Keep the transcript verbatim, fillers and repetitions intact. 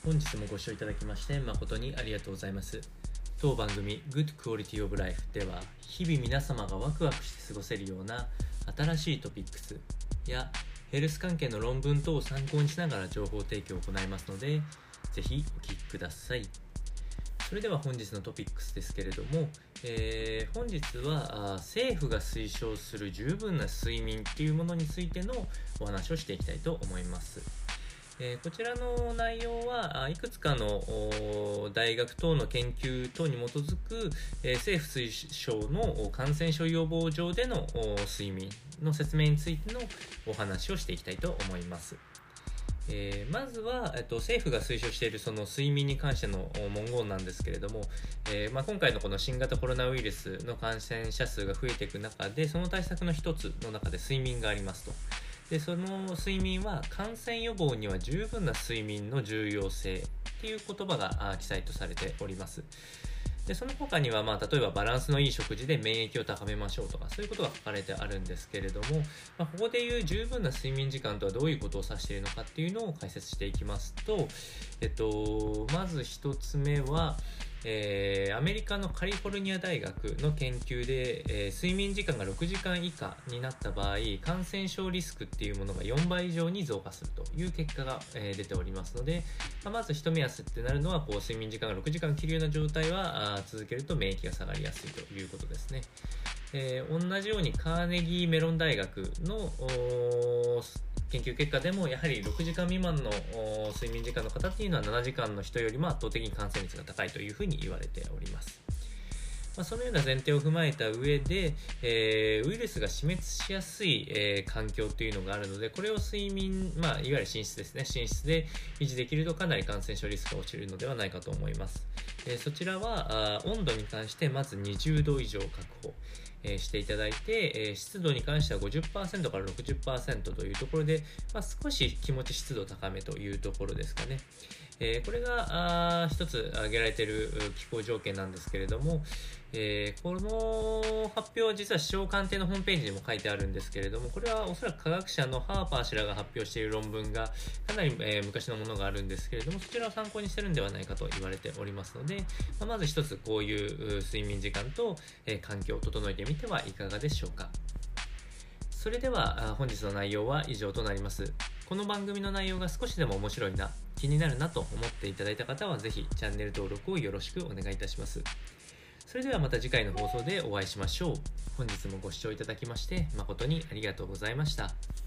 本日もご視聴いただきまして誠にありがとうございます。当番組 Good Quality of Life では日々皆様がワクワクして過ごせるような新しいトピックスやヘルス関係の論文等を参考にしながら情報提供を行いますので、ぜひお聞きください。それでは本日のトピックスですけれども、えー、本日は政府が推奨する十分な睡眠というものについてのお話をしていきたいと思います。えー、こちらの内容はいくつかの大学等の研究等に基づく、えー、政府推奨の感染症予防上での睡眠の説明についてのお話をしていきたいと思います。えー、まずは、えっと、政府が推奨しているその睡眠に関しての文言なんですけれども、えーまあ、今回のこの新型コロナウイルスの感染者数が増えていく中で、その対策の一つの中で睡眠がありますと。でその睡眠は感染予防には十分な睡眠の重要性っていう言葉が記載とされております。でその他には、まあ、例えばバランスのいい食事で免疫を高めましょうとか、そういうことが書かれてあるんですけれども、まあ、ここでいう十分な睡眠時間とはどういうことを指しているのかっていうのを解説していきますと、えっと、まず一つ目は、えー、アメリカのカリフォルニア大学の研究で、えー、睡眠時間がろくじかん以下になった場合、感染症リスクっていうものがよんばい以上に増加するという結果が、えー、出ておりますので、まあ、まず一目安ってなるのは、こう睡眠時間がろくじかん切るような状態は続けると免疫が下がりやすいということですね。えー、同じようにカーネギーメロン大学の研究結果でも、やはりろくじかん未満の睡眠時間の方っていうのはななじかんの人よりも圧倒的に感染率が高いというふうに言われております。まあ、そのような前提を踏まえた上で、えー、ウイルスが死滅しやすい、えー、環境というのがあるので、これを睡眠、まあ、いわゆる寝室ですね、寝室で維持できるとかなり感染症リスクが落ちるのではないかと思います。えー、そちらは温度に関してまずにじゅうど以上確保えー、していただいて、えー、湿度に関しては ごじゅっパーセント から ろくじゅっパーセント というところで、まあ、少し気持ち湿度高めというところですかね。えー、これが一つ挙げられている気候条件なんですけれども、えー、この発表は実は首相官邸のホームページにも書いてあるんですけれども、これはおそらく科学者のハーパー氏らが発表している論文がかなり、えー、昔のものがあるんですけれども、そちらを参考にしてるんではないかと言われておりますので、まあ、まず一つこういう睡眠時間と、えー、環境を整えてみてはいかがでしょうか。それでは本日の内容は以上となります。この番組の内容が少しでも面白いな、気になるなと思っていただいた方は、ぜひチャンネル登録をよろしくお願いいたします。それではまた次回の放送でお会いしましょう。本日もご視聴いただきまして誠にありがとうございました。